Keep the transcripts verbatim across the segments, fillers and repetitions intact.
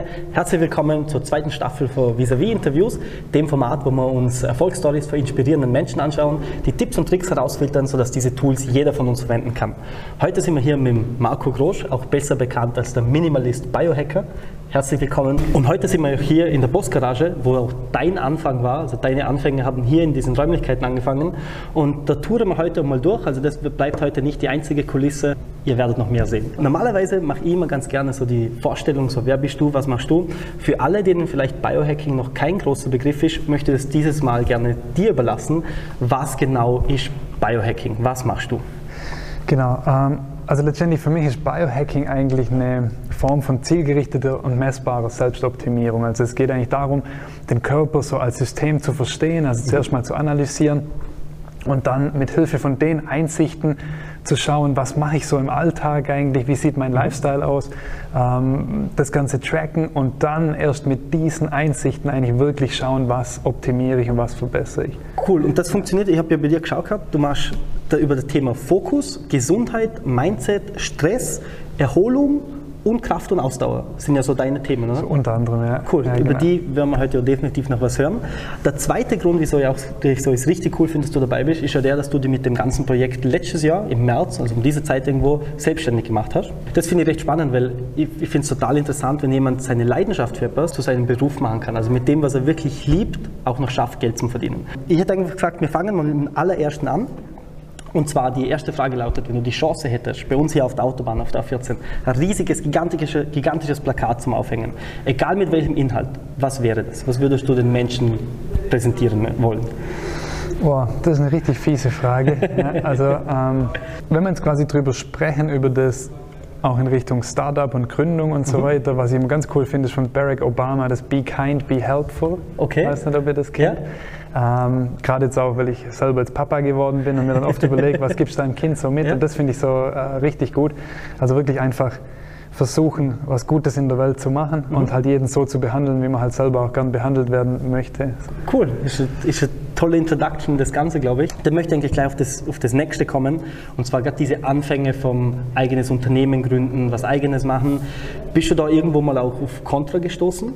Herzlich willkommen zur zweiten Staffel von Vis-à-vis Interviews, dem Format, wo wir uns Erfolgsstories von inspirierenden Menschen anschauen, die Tipps und Tricks herausfiltern, sodass diese Tools jeder von uns verwenden kann. Heute sind wir hier mit Marco Grosch, auch besser bekannt als der Minimalist Biohacker. Herzlich willkommen. Und heute sind wir hier in der Postgarage, wo auch dein Anfang war. Also deine Anfänge haben hier in diesen Räumlichkeiten angefangen. Und da touren wir heute mal durch. Also das bleibt heute nicht die einzige Kulisse. Ihr werdet noch mehr sehen. Normalerweise mache ich immer ganz gerne so die Vorstellung, so wer bist du, was machst du? Für alle, denen vielleicht Biohacking noch kein großer Begriff ist, möchte ich es dieses Mal gerne dir überlassen. Was genau ist Biohacking? Was machst du? Genau. Ähm Also letztendlich für mich ist Biohacking eigentlich eine Form von zielgerichteter und messbarer Selbstoptimierung. Also es geht eigentlich darum, den Körper so als System zu verstehen, also zuerst mal zu analysieren und dann mit Hilfe von den Einsichten zu schauen, was mache ich so im Alltag eigentlich, wie sieht mein Lifestyle aus, ähm, das Ganze tracken und dann erst mit diesen Einsichten eigentlich wirklich schauen, was optimiere ich und was verbessere ich. Cool, und das funktioniert, ich habe ja bei dir geschaut gehabt, du machst da über das Thema Fokus, Gesundheit, Mindset, Stress, Erholung und Kraft und Ausdauer sind ja so deine Themen, oder? So unter anderem, ja. Cool, ja, über genau. Die werden wir heute ja definitiv noch was hören. Der zweite Grund, wieso ich, auch, wieso ich es richtig cool finde, dass du dabei bist, ist ja der, dass du dich mit dem ganzen Projekt letztes Jahr im März, also um diese Zeit irgendwo, selbstständig gemacht hast. Das finde ich recht spannend, weil ich, ich finde es total interessant, wenn jemand seine Leidenschaft für etwas zu seinem Beruf machen kann, also mit dem, was er wirklich liebt, auch noch schafft, Geld zu verdienen. Ich hätte einfach gesagt, wir fangen mal mit dem allerersten an. Und zwar die erste Frage lautet, wenn du die Chance hättest, bei uns hier auf der Autobahn, auf der A vierzehn, ein riesiges, gigantisches, gigantisches Plakat zum Aufhängen, egal mit welchem Inhalt, was wäre das? Was würdest du den Menschen präsentieren wollen? Boah, das ist eine richtig fiese Frage. Ja, also ähm, wenn wir jetzt quasi drüber sprechen, über das auch in Richtung Startup und Gründung und so mhm. weiter, was ich immer ganz cool finde, ist von Barack Obama, das Be Kind, Be Helpful. Okay. Ich weiß nicht, ob ihr das kennt. Ja. Ähm, Gerade jetzt auch, weil ich selber jetzt Papa geworden bin und mir dann oft überlege, was gibst du deinem Kind so mit, ja. Und das finde ich so äh, richtig gut. Also wirklich einfach versuchen, was Gutes in der Welt zu machen mhm. und halt jeden so zu behandeln, wie man halt selber auch gern behandelt werden möchte. Cool, ist eine, ist eine tolle Introduction, das Ganze, glaube ich. Dann möchte ich eigentlich gleich auf das, auf das Nächste kommen, und zwar gerade diese Anfänge vom eigenes Unternehmen gründen, was Eigenes machen. Bist du da irgendwo mal auch auf Kontra gestoßen?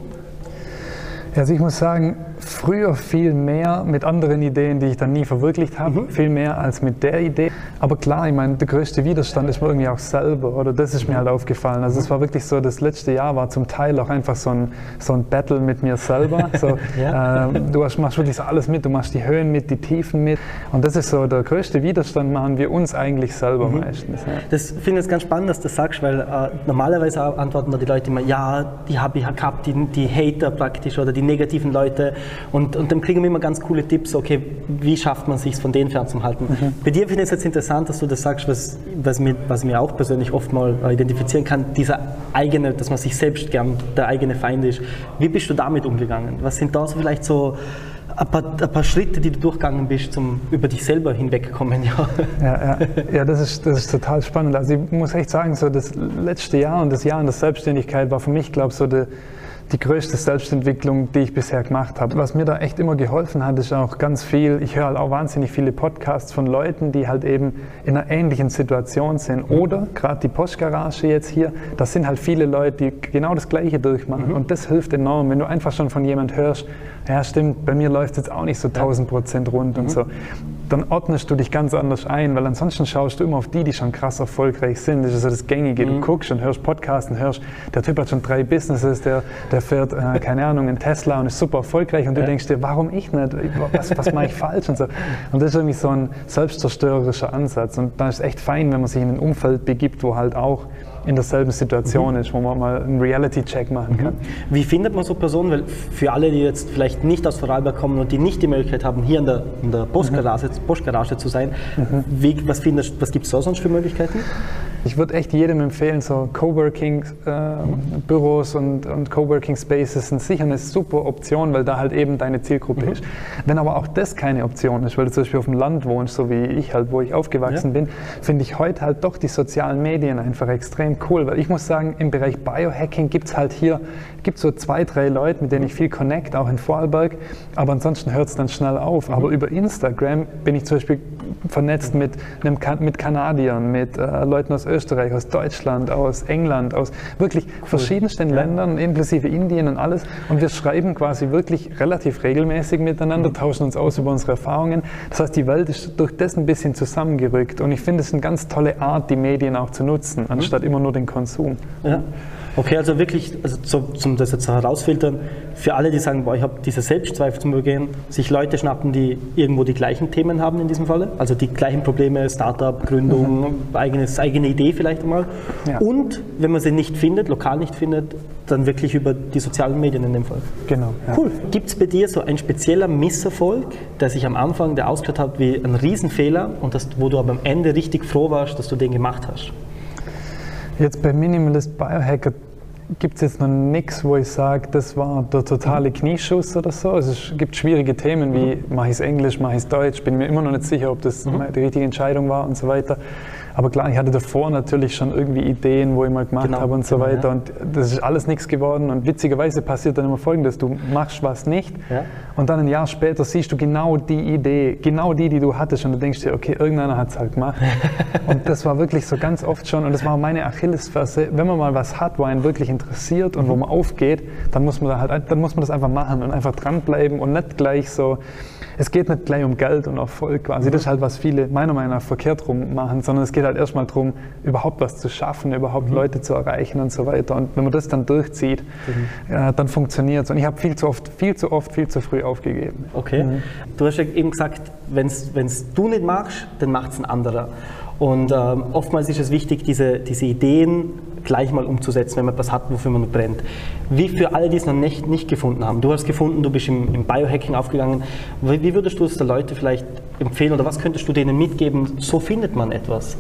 Also ich muss sagen, früher viel mehr mit anderen Ideen, die ich dann nie verwirklicht habe, mhm. viel mehr als mit der Idee. Aber klar, ich meine, der größte Widerstand ist mir irgendwie auch selber, oder das ist mir halt aufgefallen. Also es war wirklich so, das letzte Jahr war zum Teil auch einfach so ein, so ein Battle mit mir selber. So, ja. äh, du hast, machst wirklich so alles mit, du machst die Höhen mit, die Tiefen mit. Und das ist so, der größte Widerstand machen wir uns eigentlich selber mhm. meistens. Ja. Das finde ich ganz spannend, dass du das sagst, weil äh, normalerweise antworten da die Leute immer, ja, die habe ich gehabt, die, die Hater praktisch oder die negativen Leute, und, und dann kriegen wir immer ganz coole Tipps, okay, wie schafft man es, sich von denen fernzuhalten. Mhm. Bei dir finde ich es jetzt interessant, dass du das sagst, was, was, mir, was mir auch persönlich oft mal identifizieren kann, dieser eigene, dass man sich selbst gern der eigene Feind ist. Wie bist du damit umgegangen? Was sind da so vielleicht so ein paar, ein paar Schritte, die du durchgegangen bist, zum über dich selber hinwegkommen? Ja, ja, ja. ja das, ist, das ist total spannend. Also ich muss echt sagen, so das letzte Jahr und das Jahr in der Selbstständigkeit war für mich, glaube ich, so der die größte Selbstentwicklung, die ich bisher gemacht habe. Was mir da echt immer geholfen hat, ist auch ganz viel, ich höre halt auch wahnsinnig viele Podcasts von Leuten, die halt eben in einer ähnlichen Situation sind. Oder gerade die Postgarage jetzt hier, das sind halt viele Leute, die genau das Gleiche durchmachen. Mhm. Und das hilft enorm, wenn du einfach schon von jemand hörst, ja stimmt, bei mir läuft es jetzt auch nicht so tausend Prozent rund mhm. und so. Dann ordnest du dich ganz anders ein, weil ansonsten schaust du immer auf die, die schon krass erfolgreich sind. Das ist so das Gängige. Du mhm. guckst und hörst Podcasts und hörst, der Typ hat schon drei Businesses, der, der fährt, äh, keine Ahnung, in Tesla und ist super erfolgreich, und du ja. denkst dir, warum ich nicht? Was, was mache ich falsch? Und so. Und das ist irgendwie so ein selbstzerstörerischer Ansatz. Und da ist es echt fein, wenn man sich in ein Umfeld begibt, wo halt auch in derselben Situation mhm. ist, wo man mal einen Reality-Check machen kann. Wie findet man so Personen? Weil für alle, die jetzt vielleicht nicht aus Vorarlberg kommen und die nicht die Möglichkeit haben, hier in der, in der Postgarage, mhm. Postgarage zu sein, mhm. wie, was, was gibt es da sonst für Möglichkeiten? Ich würde echt jedem empfehlen, so Coworking-Büros äh, und, und Coworking-Spaces sind sicher eine super Option, weil da halt eben deine Zielgruppe mhm. ist. Wenn aber auch das keine Option ist, weil du zum Beispiel auf dem Land wohnst, so wie ich halt, wo ich aufgewachsen ja. bin, finde ich heute halt doch die sozialen Medien einfach extrem cool, weil ich muss sagen, im Bereich Biohacking gibt es halt hier, gibt so zwei, drei Leute, mit denen ich viel connect, auch in Vorarlberg, aber ansonsten hört es dann schnell auf. Aber über Instagram bin ich zum Beispiel vernetzt mit, einem, mit Kanadiern, mit äh, Leuten aus Österreich, aus Deutschland, aus England, aus wirklich cool. verschiedensten ja. Ländern, inklusive Indien und alles. Und wir schreiben quasi wirklich relativ regelmäßig miteinander, tauschen uns aus über unsere Erfahrungen. Das heißt, die Welt ist durch das ein bisschen zusammengerückt. Und ich finde, es ist eine ganz tolle Art, die Medien auch zu nutzen, anstatt immer nur den Konsum. Ja. Okay, also wirklich, also zum das jetzt herausfiltern, für alle, die sagen, boah, ich habe diese Selbstzweifel zum Übergehen, sich Leute schnappen, die irgendwo die gleichen Themen haben in diesem Falle, also die gleichen Probleme, Startup, Gründung, mhm. eigenes, eigene Idee vielleicht einmal. Ja. Und wenn man sie nicht findet, lokal nicht findet, dann wirklich über die sozialen Medien in dem Fall. Genau. Ja. Cool. Gibt es bei dir so ein spezieller Misserfolg, der sich am Anfang, der ausgehört hat wie ein Riesenfehler und das, wo du aber am Ende richtig froh warst, dass du den gemacht hast? Jetzt bei Minimalist Biohacker gibt es jetzt noch nichts, wo ich sage, das war der totale Knieschuss oder so. Also es gibt schwierige Themen wie, mache ich es Englisch, mache ich es Deutsch, bin mir immer noch nicht sicher, ob das mhm. die richtige Entscheidung war und so weiter. Aber klar, ich hatte davor natürlich schon irgendwie Ideen, wo ich mal gemacht genau, habe und so genau, weiter. Ja. Und das ist alles nichts geworden. Und witzigerweise passiert dann immer Folgendes: Du machst was nicht ja. und dann ein Jahr später siehst du genau die Idee, genau die, die du hattest. Und du denkst dir, okay, irgendeiner hat es halt gemacht. Und das war wirklich so ganz oft schon. Und das war meine Achillesferse. Wenn man mal was hat, wo einen wirklich interessiert und mhm. wo man aufgeht, dann muss man da halt, dann muss man das einfach machen und einfach dranbleiben und nicht gleich so. Es geht nicht gleich um Geld und Erfolg quasi. Mhm. Das ist halt, was viele meiner Meinung nach verkehrt rum machen, sondern es geht halt erstmal darum, überhaupt was zu schaffen, überhaupt mhm. Leute zu erreichen und so weiter. Und wenn man das dann durchzieht, mhm. äh, dann funktioniert es. Und ich habe viel zu oft, viel zu oft, viel zu früh aufgegeben. Okay. Mhm. Du hast ja eben gesagt, wenn es du nicht machst, dann macht es ein anderer. Und ähm, oftmals ist es wichtig, diese, diese Ideen gleich mal umzusetzen, wenn man etwas hat, wofür man brennt. Wie für alle, die es noch nicht, nicht gefunden haben. Du hast gefunden, du bist im, im Biohacking aufgegangen. Wie, wie würdest du es den Leuten vielleicht empfehlen oder was könntest du denen mitgeben? So findet man etwas.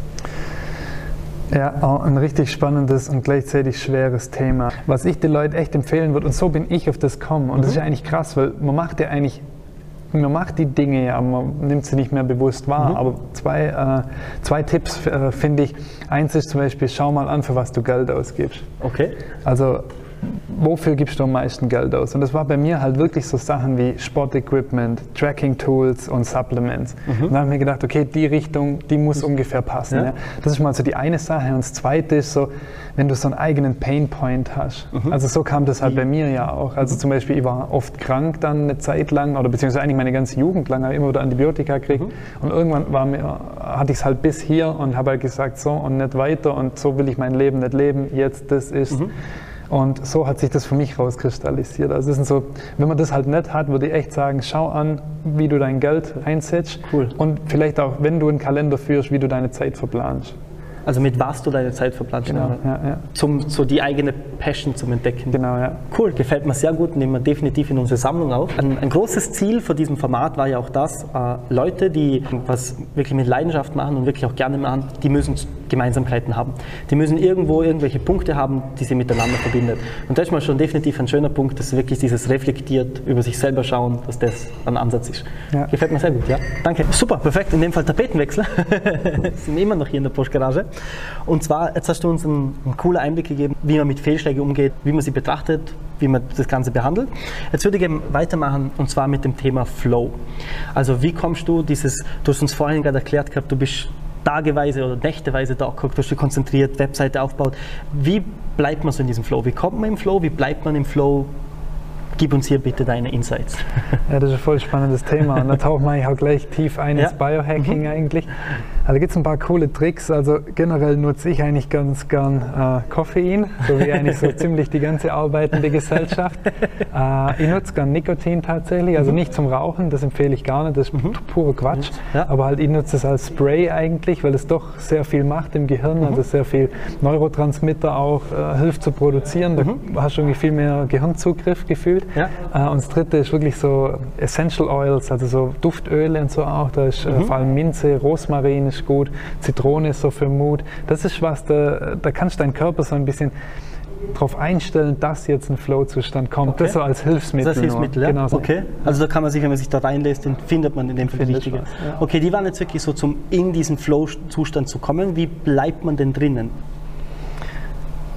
Ja, ein richtig spannendes und gleichzeitig schweres Thema. Was ich den Leuten echt empfehlen würde, und so bin ich auf das gekommen. Und mhm. das ist ja eigentlich krass, weil man macht ja eigentlich Man macht die Dinge, aber man nimmt sie nicht mehr bewusst wahr. Mhm. Aber zwei, äh, zwei Tipps äh, finde ich. Eins ist zum Beispiel, schau mal an, für was du Geld ausgibst. Okay. Also, wofür gibst du am meisten Geld aus? Und das war bei mir halt wirklich so Sachen wie Sportequipment, Tracking-Tools und Supplements. Mhm. Und da habe ich mir gedacht, okay, die Richtung, die muss ungefähr passen. Ja. Ja. Das ist mal so die eine Sache. Und das zweite ist so, wenn du so einen eigenen Painpoint hast. Mhm. Also so kam das halt mhm. bei mir ja auch. Also zum Beispiel, ich war oft krank dann eine Zeit lang, oder beziehungsweise eigentlich meine ganze Jugend lang, habe ich immer wieder Antibiotika gekriegt. Mhm. Und irgendwann war mir, hatte ich es halt bis hier und habe halt gesagt, so und nicht weiter und so will ich mein Leben nicht leben, jetzt das ist. Mhm. Und so hat sich das für mich rauskristallisiert. Also das sind so, wenn man das halt nicht hat, würde ich echt sagen, schau an, wie du dein Geld einsetzt. Cool. Und vielleicht auch, wenn du einen Kalender führst, wie du deine Zeit verplanst. Also mit was du deine Zeit verplanst. Genau, ja, ja. Zum, so die eigene Passion zum Entdecken. Genau, ja. Cool, gefällt mir sehr gut, nehmen wir definitiv in unsere Sammlung auf. Ein, ein großes Ziel von diesem Format war ja auch das, äh, Leute, die was wirklich mit Leidenschaft machen und wirklich auch gerne machen, die müssen Gemeinsamkeiten haben. Die müssen irgendwo irgendwelche Punkte haben, die sie miteinander verbindet. Und das ist mal schon definitiv ein schöner Punkt, dass wirklich dieses reflektiert, über sich selber schauen, dass das ein Ansatz ist. Ja. Gefällt mir sehr gut, ja. Danke. Super, perfekt. In dem Fall Tapetenwechsel. Wir sind immer noch hier in der Porsche Garage. Und zwar, jetzt hast du uns einen, einen coolen Einblick gegeben, wie man mit Fehlschlägen umgeht, wie man sie betrachtet, wie man das Ganze behandelt. Jetzt würde ich gerne weitermachen, und zwar mit dem Thema Flow. Also wie kommst du dieses, du hast uns vorhin gerade erklärt gehabt, du bist tageweise oder nächteweise da geguckt, du hast dich konzentriert, Webseite aufgebaut. Wie bleibt man so in diesem Flow? Wie kommt man im Flow? Wie bleibt man im Flow? Gib uns hier bitte deine Insights. Ja, das ist ein voll spannendes Thema und da tauchen wir auch gleich tief ein ins ja. Biohacking mhm. eigentlich. Also da gibt es ein paar coole Tricks. Also generell nutze ich eigentlich ganz gern äh, Koffein, so wie eigentlich so ziemlich die ganze arbeitende Gesellschaft. Äh, ich nutze gern Nikotin tatsächlich, also nicht zum Rauchen, das empfehle ich gar nicht, das ist mhm. purer Quatsch. Ja. Aber halt ich nutze es als Spray eigentlich, weil es doch sehr viel macht im Gehirn, mhm. also sehr viel Neurotransmitter auch äh, hilft zu produzieren. Da mhm. hast du irgendwie viel mehr Gehirnzugriff gefühlt. Ja. Äh, und das dritte ist wirklich so Essential Oils, also so Duftöle und so auch. Da ist mhm. äh, vor allem Minze, Rosmarin ist gut, Zitrone ist so für Mut. Das ist was, da, da kannst du deinen Körper so ein bisschen darauf einstellen, dass jetzt ein Flow-Zustand kommt. Okay. Das so als Hilfsmittel. Das Hilfsmittel, ja. Genau so. Okay. Also da kann man sich, wenn man sich da reinlässt, dann findet man in dem Fall die richtige. Ja. Okay, die waren jetzt wirklich so, zum in diesen Flow-Zustand zu kommen. Wie bleibt man denn drinnen?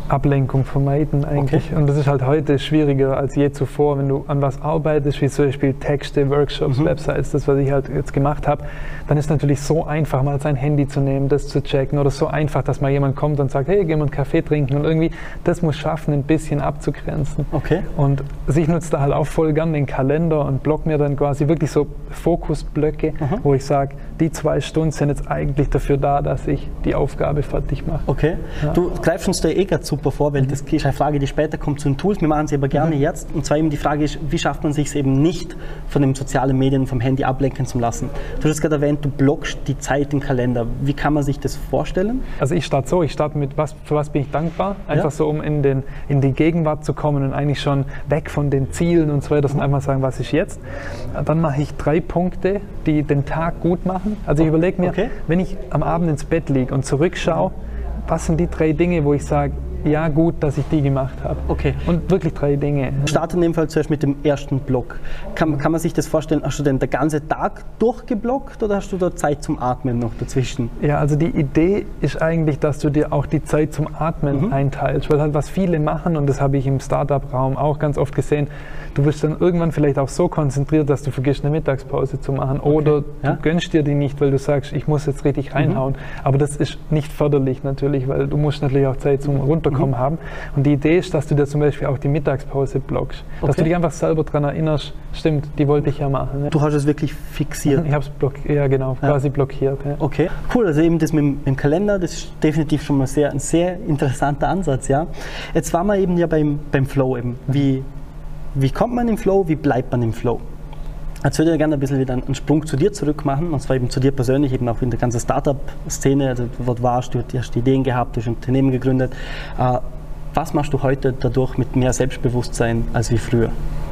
Ablenkung vermeiden eigentlich. Okay. Und das ist halt heute schwieriger als je zuvor, wenn du an was arbeitest, wie zum Beispiel Texte, Workshops, mhm. Websites, das, was ich halt jetzt gemacht habe, dann ist es natürlich so einfach, mal sein Handy zu nehmen, das zu checken, oder so einfach, dass mal jemand kommt und sagt, hey, gehen wir einen Kaffee trinken, und irgendwie, das muss schaffen, ein bisschen abzugrenzen. Okay. Und also ich nutze da halt auch voll gern den Kalender und block mir dann quasi wirklich so Fokusblöcke, mhm. wo ich sage, die zwei Stunden sind jetzt eigentlich dafür da, dass ich die Aufgabe fertig mache. Okay. Ja. Du greifst uns da eh gerade super vor, weil das ist eine Frage, die später kommt zu den Tools. Wir machen sie aber gerne mhm. jetzt. Und zwar eben die Frage ist, wie schafft man sich es eben nicht von den sozialen Medien, vom Handy ablenken zu lassen? Du hast gerade erwähnt, du blockst die Zeit im Kalender. Wie kann man sich das vorstellen? Also ich starte so, ich starte mit, was, für was bin ich dankbar? Einfach ja. so, um in, den, in die Gegenwart zu kommen und eigentlich schon weg von den Zielen und so weiter, und einfach sagen, was ist jetzt? Dann mache ich drei Punkte, die den Tag gut machen. Also ich überlege mir, okay. wenn ich am Abend ins Bett liege und zurückschaue, was sind die drei Dinge, wo ich sage, ja gut, dass ich die gemacht habe. Okay. Und wirklich drei Dinge. Starte in dem Fall zuerst mit dem ersten Block. Kann, kann man sich das vorstellen, hast du denn den ganzen Tag durchgeblockt oder hast du da Zeit zum Atmen noch dazwischen? Ja, also die Idee ist eigentlich, dass du dir auch die Zeit zum Atmen mhm. einteilst, weil halt was viele machen, und das habe ich im Startup-Raum auch ganz oft gesehen, du bist dann irgendwann vielleicht auch so konzentriert, dass du vergisst, eine Mittagspause zu machen, okay. oder ja? du gönnst dir die nicht, weil du sagst, ich muss jetzt richtig reinhauen. Mhm. Aber das ist nicht förderlich natürlich, weil du musst natürlich auch Zeit zum Runterkommen mhm. haben. Und die Idee ist, dass du dir zum Beispiel auch die Mittagspause blockst. Okay. Dass du dich einfach selber daran erinnerst, stimmt, die wollte ich ja machen. Ja. Du hast es wirklich fixiert? Ich habe es blockiert, ja genau, ja. quasi blockiert. Ja. Okay, cool, also eben das mit, mit dem Kalender, das ist definitiv schon mal sehr, ein sehr interessanter Ansatz. Ja. Jetzt waren wir eben ja beim, beim Flow eben. Wie, wie kommt man im Flow, wie bleibt man im Flow? Jetzt würde ich gerne ein bisschen wieder einen Sprung zu dir zurück machen, und zwar eben zu dir persönlich, eben auch in der ganzen Startup-Szene. Also du dort warst, du hast Ideen gehabt, du hast Unternehmen gegründet. Äh, was machst du heute dadurch mit mehr Selbstbewusstsein als wie früher?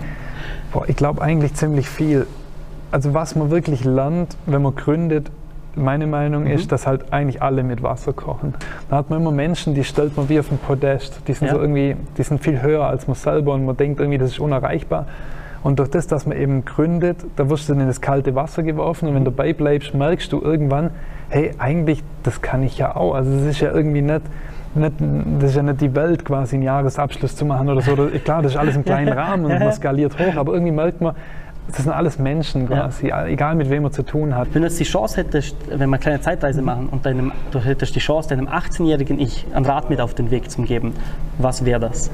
Boah, ich glaube eigentlich ziemlich viel. Also was man wirklich lernt, wenn man gründet, meine Meinung mhm. ist, dass halt eigentlich alle mit Wasser kochen. Da hat man immer Menschen, die stellt man wie auf ein Podest. Die sind, ja. so irgendwie, die sind viel höher als man selber, und man denkt irgendwie, das ist unerreichbar. Und durch das, dass man eben gründet, da wirst du dann in das kalte Wasser geworfen, und wenn du dabei bleibst, merkst du irgendwann, hey, eigentlich, das kann ich ja auch. Also das ist ja irgendwie nicht, nicht, das ist ja nicht die Welt, quasi einen Jahresabschluss zu machen oder so. Klar, das ist alles im kleinen Rahmen und man skaliert hoch, aber irgendwie merkt man, das sind alles Menschen quasi, ja. egal mit wem man zu tun hat. Wenn du jetzt die Chance hättest, wenn wir eine kleine Zeitreise machen, und deinem, du hättest die Chance, deinem achtzehnjährigen Ich einen Rat mit auf den Weg zu geben, was wäre das?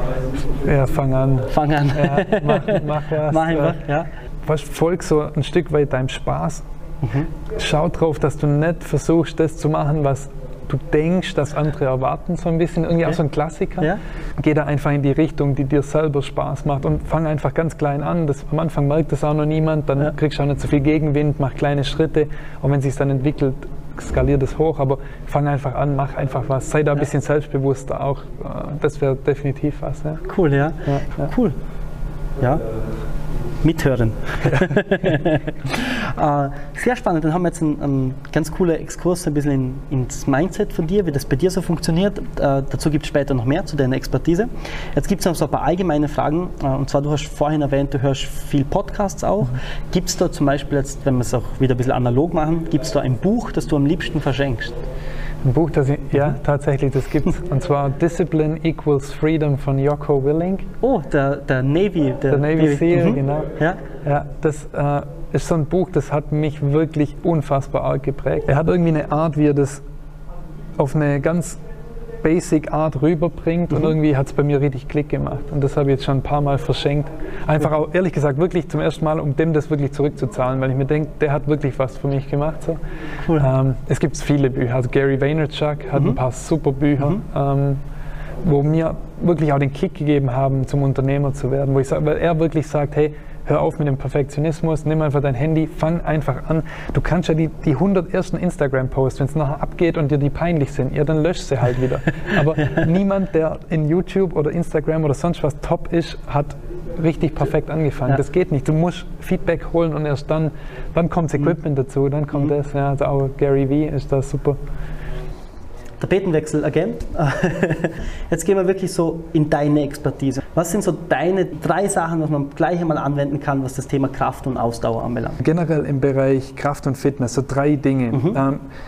Ja, fang an. Fang an. Ja, mach, mach was. Mach einfach, ja. Folg so ein Stück weit deinem Spaß. Mhm. Schau drauf, dass du nicht versuchst, das zu machen, was du denkst, dass andere erwarten, so ein bisschen, irgendwie okay. auch so ein Klassiker. Ja. Geh da einfach in die Richtung, die dir selber Spaß macht, und fang einfach ganz klein an. Das, am Anfang merkt das auch noch niemand, dann ja. kriegst du auch nicht so viel Gegenwind, mach kleine Schritte, und wenn es sich dann entwickelt, skaliert es hoch, aber fang einfach an, mach einfach was, sei da ein ja. bisschen selbstbewusster auch, das wäre definitiv was. Ja. Cool, ja. ja, ja. Cool. Ja. Mithören. äh, sehr spannend, dann haben wir jetzt einen, einen ganz coolen Exkurs ein bisschen in, ins Mindset von dir, wie das bei dir so funktioniert. Äh, dazu gibt es später noch mehr zu deiner Expertise. Jetzt gibt es noch so ein paar allgemeine Fragen, äh, und zwar, du hast vorhin erwähnt, du hörst viel Podcasts auch. Mhm. Gibt es da zum Beispiel, jetzt, wenn wir es auch wieder ein bisschen analog machen, gibt es da ein Buch, das du am liebsten verschenkst? Ein Buch, das ich, ja, tatsächlich, das gibt es. Und zwar Discipline Equals Freedom von Jocko Willink. Oh, der, der Navy. Der, der Navy Seal, mhm. genau. Ja? Ja, das äh, ist so ein Buch, das hat mich wirklich unfassbar arg geprägt. Er hat irgendwie eine Art, wie er das auf eine ganz basic Art rüberbringt, mhm. und irgendwie hat es bei mir richtig Klick gemacht. Und das habe ich jetzt schon ein paar Mal verschenkt. Einfach auch, ehrlich gesagt, wirklich zum ersten Mal, um dem das wirklich zurückzuzahlen, weil ich mir denke, der hat wirklich was für mich gemacht. So. Cool. Ähm, es gibt viele Bücher, also Gary Vaynerchuk hat mhm. ein paar super Bücher, mhm. ähm, wo mir wirklich auch den Kick gegeben haben, zum Unternehmer zu werden, wo ich sage, weil er wirklich sagt, hey, hör auf mit dem Perfektionismus, nimm einfach dein Handy, fang einfach an. Du kannst ja die, die hundert ersten Instagram-Posts, wenn es nachher abgeht und dir die peinlich sind, ja, dann lösch sie halt wieder. Aber niemand, der in YouTube oder Instagram oder sonst was top ist, hat richtig perfekt angefangen. Ja. Das geht nicht. Du musst Feedback holen, und erst dann, dann kommt das Equipment mhm. dazu, dann kommt mhm. das. Ja, also auch Gary Vee ist da super. Tapetenwechsel again. Jetzt gehen wir wirklich so in deine Expertise. Was sind so deine drei Sachen, was man gleich einmal anwenden kann, was das Thema Kraft und Ausdauer anbelangt? Generell im Bereich Kraft und Fitness, so drei Dinge. Mhm. Ähm,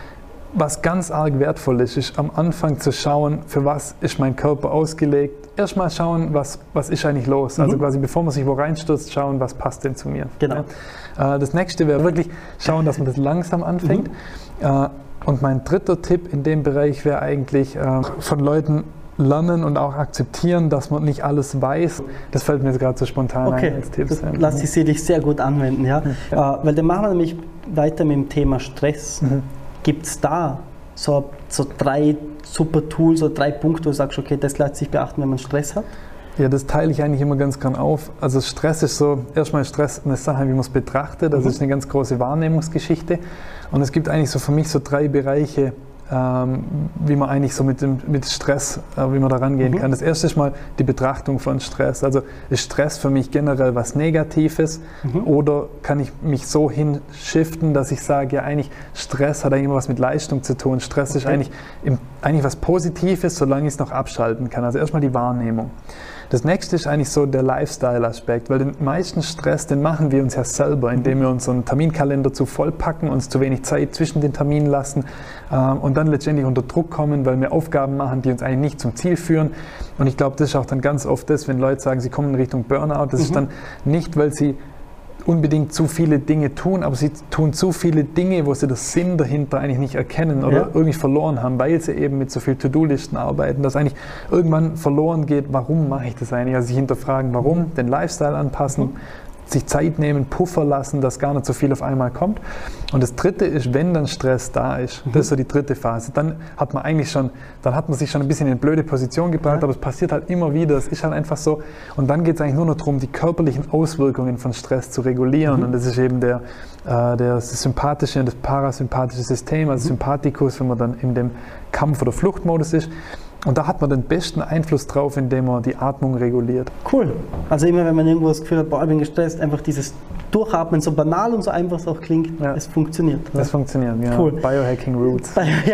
was ganz arg wertvoll ist, ist am Anfang zu schauen, für was ist mein Körper ausgelegt. Erstmal schauen, was, was ist eigentlich los. Mhm. Also quasi bevor man sich wo reinstürzt, schauen, was passt denn zu mir. Genau. Ja. Das nächste wäre wirklich schauen, dass man das langsam anfängt. Mhm. Und mein dritter Tipp in dem Bereich wäre eigentlich von Leuten lernen und auch akzeptieren, dass man nicht alles weiß. Das fällt mir jetzt gerade so spontan okay. ein als Tipp. Das lasse ich dich sehr gut anwenden. Ja? Ja. Äh, weil dann machen wir nämlich weiter mit dem Thema Stress. Mhm. Gibt es da so, so drei super Tools oder drei Punkte, wo du sagst, okay, das lässt sich beachten, wenn man Stress hat? Ja, das teile ich eigentlich immer ganz gern auf. Also Stress ist so, erstmal ist Stress eine Sache, wie man es betrachtet. Das mhm. ist eine ganz große Wahrnehmungsgeschichte. Und es gibt eigentlich so für mich so drei Bereiche, Ähm, wie man eigentlich so mit dem mit Stress, äh, wie man da rangehen mhm. kann. Das erste ist mal die Betrachtung von Stress. Also ist Stress für mich generell was Negatives mhm. oder kann ich mich so hinschiften, dass ich sage, ja eigentlich Stress hat eigentlich immer was mit Leistung zu tun. Stress okay. ist eigentlich, im, eigentlich was Positives, solange ich es noch abschalten kann. Also erstmal die Wahrnehmung. Das nächste ist eigentlich so der Lifestyle-Aspekt, weil den meisten Stress, den machen wir uns ja selber, indem wir unseren Terminkalender zu voll packen, uns zu wenig Zeit zwischen den Terminen lassen äh, und dann letztendlich unter Druck kommen, weil wir Aufgaben machen, die uns eigentlich nicht zum Ziel führen. Und ich glaube, das ist auch dann ganz oft das, wenn Leute sagen, sie kommen in Richtung Burnout, das mhm. ist dann nicht, weil sie unbedingt zu viele Dinge tun, aber sie tun zu viele Dinge, wo sie den Sinn dahinter eigentlich nicht erkennen oder ja. irgendwie verloren haben, weil sie eben mit so viel To-Do-Listen arbeiten, dass eigentlich irgendwann verloren geht, warum mache ich das eigentlich? Also sich hinterfragen, warum, den Lifestyle anpassen, mhm. sich Zeit nehmen, Puffer lassen, dass gar nicht so viel auf einmal kommt. Und das dritte ist, wenn dann Stress da ist, mhm. das ist so die dritte Phase, dann hat man eigentlich schon, dann hat man sich schon ein bisschen in eine blöde Position gebracht, ja. aber es passiert halt immer wieder, es ist halt einfach so. Und dann geht es eigentlich nur noch darum, die körperlichen Auswirkungen von Stress zu regulieren. Mhm. Und das ist eben der, äh, der das sympathische und das parasympathische System, also mhm. Sympathikus, wenn man dann in dem Kampf- oder Fluchtmodus ist. Und da hat man den besten Einfluss drauf, indem man die Atmung reguliert. Cool. Also immer wenn man irgendwo das Gefühl hat, boah, ich bin gestresst, einfach dieses Durchatmen, so banal und so einfach es auch klingt, ja. es funktioniert. Es ja. funktioniert, ja. Cool. Biohacking Roots. Ja.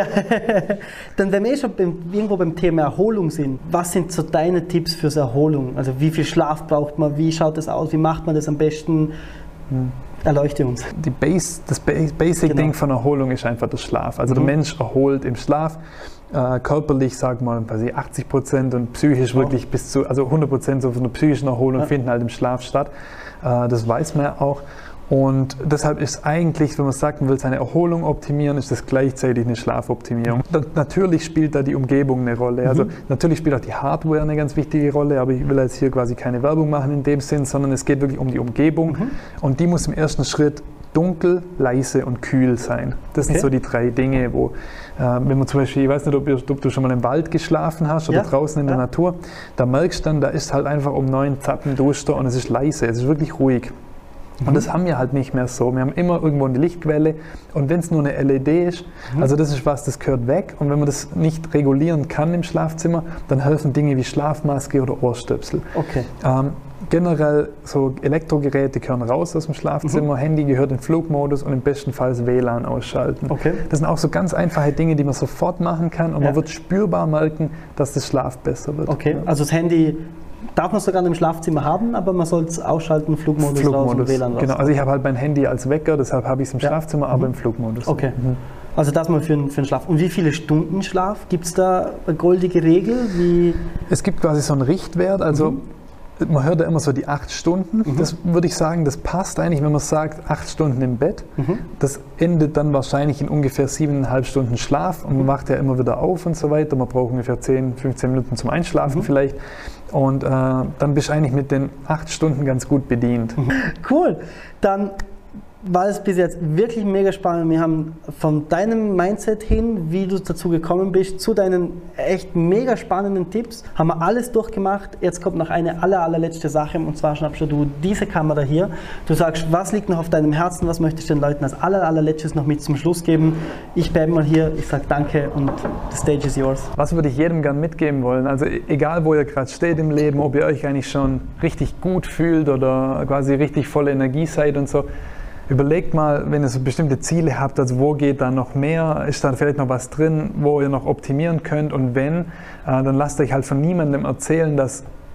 Dann wenn wir eh schon beim, irgendwo beim Thema Erholung sind, was sind so deine Tipps fürs Erholung? Also wie viel Schlaf braucht man, wie schaut das aus, wie macht man das am besten? Hm. Erleuchte uns. Die Base, das Basic-Ding genau. von Erholung ist einfach der Schlaf. Also mhm. der Mensch erholt im Schlaf, äh, körperlich, sagen wir mal, achtzig Prozent und psychisch oh. wirklich bis zu, also hundert Prozent so von der psychischen Erholung ja. finden halt im Schlaf statt. Äh, das weiß man ja auch. Und deshalb ist eigentlich, wenn man sagt, man will seine Erholung optimieren, ist das gleichzeitig eine Schlafoptimierung. Da, natürlich spielt da die Umgebung eine Rolle. Also mhm. natürlich spielt auch die Hardware eine ganz wichtige Rolle, aber ich will jetzt hier quasi keine Werbung machen in dem Sinn, sondern es geht wirklich um die Umgebung. Mhm. Und die muss im ersten Schritt dunkel, leise und kühl sein. Das okay. sind so die drei Dinge, wo, äh, wenn man zum Beispiel, ich weiß nicht, ob, ob du schon mal im Wald geschlafen hast oder ja. draußen in ja. der Natur, da merkst du dann, da ist halt einfach um neun Zappenduster und es ist leise, es ist wirklich ruhig. Und das haben wir halt nicht mehr so. Wir haben immer irgendwo eine Lichtquelle und wenn es nur eine L E D ist, mhm. also das ist was, das gehört weg und wenn man das nicht regulieren kann im Schlafzimmer, dann helfen Dinge wie Schlafmaske oder Ohrstöpsel. Okay. Ähm, generell so Elektrogeräte gehören raus aus dem Schlafzimmer, mhm. Handy gehört in Flugmodus und im besten Fall das W L A N ausschalten. Okay. Das sind auch so ganz einfache Dinge, die man sofort machen kann und ja. man wird spürbar merken, dass das Schlaf besser wird. Okay, also das Handy darf man sogar im Schlafzimmer haben, aber man soll es ausschalten, Flugmodus, Flugmodus raus und W L A N raus. Genau, also ich habe halt mein Handy als Wecker, deshalb habe ich es im ja. Schlafzimmer, aber mhm. im Flugmodus. Okay, mhm. also das mal für, für den Schlaf. Und wie viele Stunden Schlaf? Gibt es da eine goldige Regel? Wie es gibt quasi so einen Richtwert, also mhm. man hört ja immer so die acht Stunden. Mhm. Das würde ich sagen, das passt eigentlich, wenn man sagt, acht Stunden im Bett. Mhm. Das endet dann wahrscheinlich in ungefähr siebeneinhalb Stunden Schlaf und man wacht ja immer wieder auf und so weiter. Man braucht ungefähr zehn, fünfzehn Minuten zum Einschlafen mhm. vielleicht. Und äh, dann bist du eigentlich mit den acht Stunden ganz gut bedient. Mhm. Cool. Dann war es bis jetzt wirklich mega spannend. Wir haben von deinem Mindset hin, wie du dazu gekommen bist, zu deinen echt mega spannenden Tipps, haben wir alles durchgemacht. Jetzt kommt noch eine aller, allerletzte Sache und zwar schnappst du diese Kamera hier. Du sagst, was liegt noch auf deinem Herzen, was möchtest du den Leuten als aller, allerletztes noch mit zum Schluss geben? Ich bleibe mal hier, ich sage danke und the stage is yours. Was würde ich jedem gern mitgeben wollen? Also egal, wo ihr gerade steht im Leben, ob ihr euch eigentlich schon richtig gut fühlt oder quasi richtig volle Energie seid und so, überlegt mal, wenn ihr so bestimmte Ziele habt, also wo geht da noch mehr, ist da vielleicht noch was drin, wo ihr noch optimieren könnt und wenn, äh, dann lasst euch halt von niemandem erzählen, dass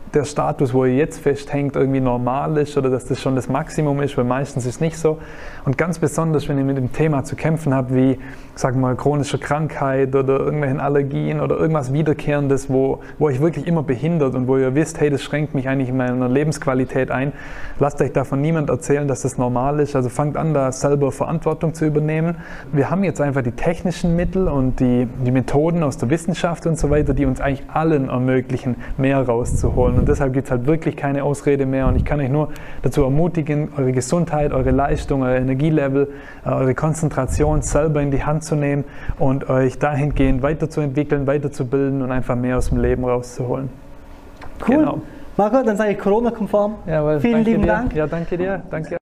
der Status, wo ihr jetzt festhängt, irgendwie normal ist oder dass das schon das Maximum ist, weil meistens ist es nicht so. Und ganz besonders, wenn ihr mit dem Thema zu kämpfen habt, wie, sagen wir mal, chronische Krankheit oder irgendwelchen Allergien oder irgendwas Wiederkehrendes, wo, wo euch wirklich immer behindert und wo ihr wisst, hey, das schränkt mich eigentlich in meiner Lebensqualität ein, lasst euch davon niemand erzählen, dass das normal ist. Also fangt an, da selber Verantwortung zu übernehmen. Wir haben jetzt einfach die technischen Mittel und die, die Methoden aus der Wissenschaft und so weiter, die uns eigentlich allen ermöglichen, mehr rauszuholen. Und deshalb gibt es halt wirklich keine Ausrede mehr. Und ich kann euch nur dazu ermutigen, eure Gesundheit, eure Leistung, euer Energielevel, eure Konzentration selber in die Hand zu nehmen und euch dahingehend weiterzuentwickeln, weiterzubilden und einfach mehr aus dem Leben rauszuholen. Cool. Genau. Marco, dann sage ich Corona-konform. Jawohl, Vielen lieben dir. Dank. Ja, danke dir. Danke.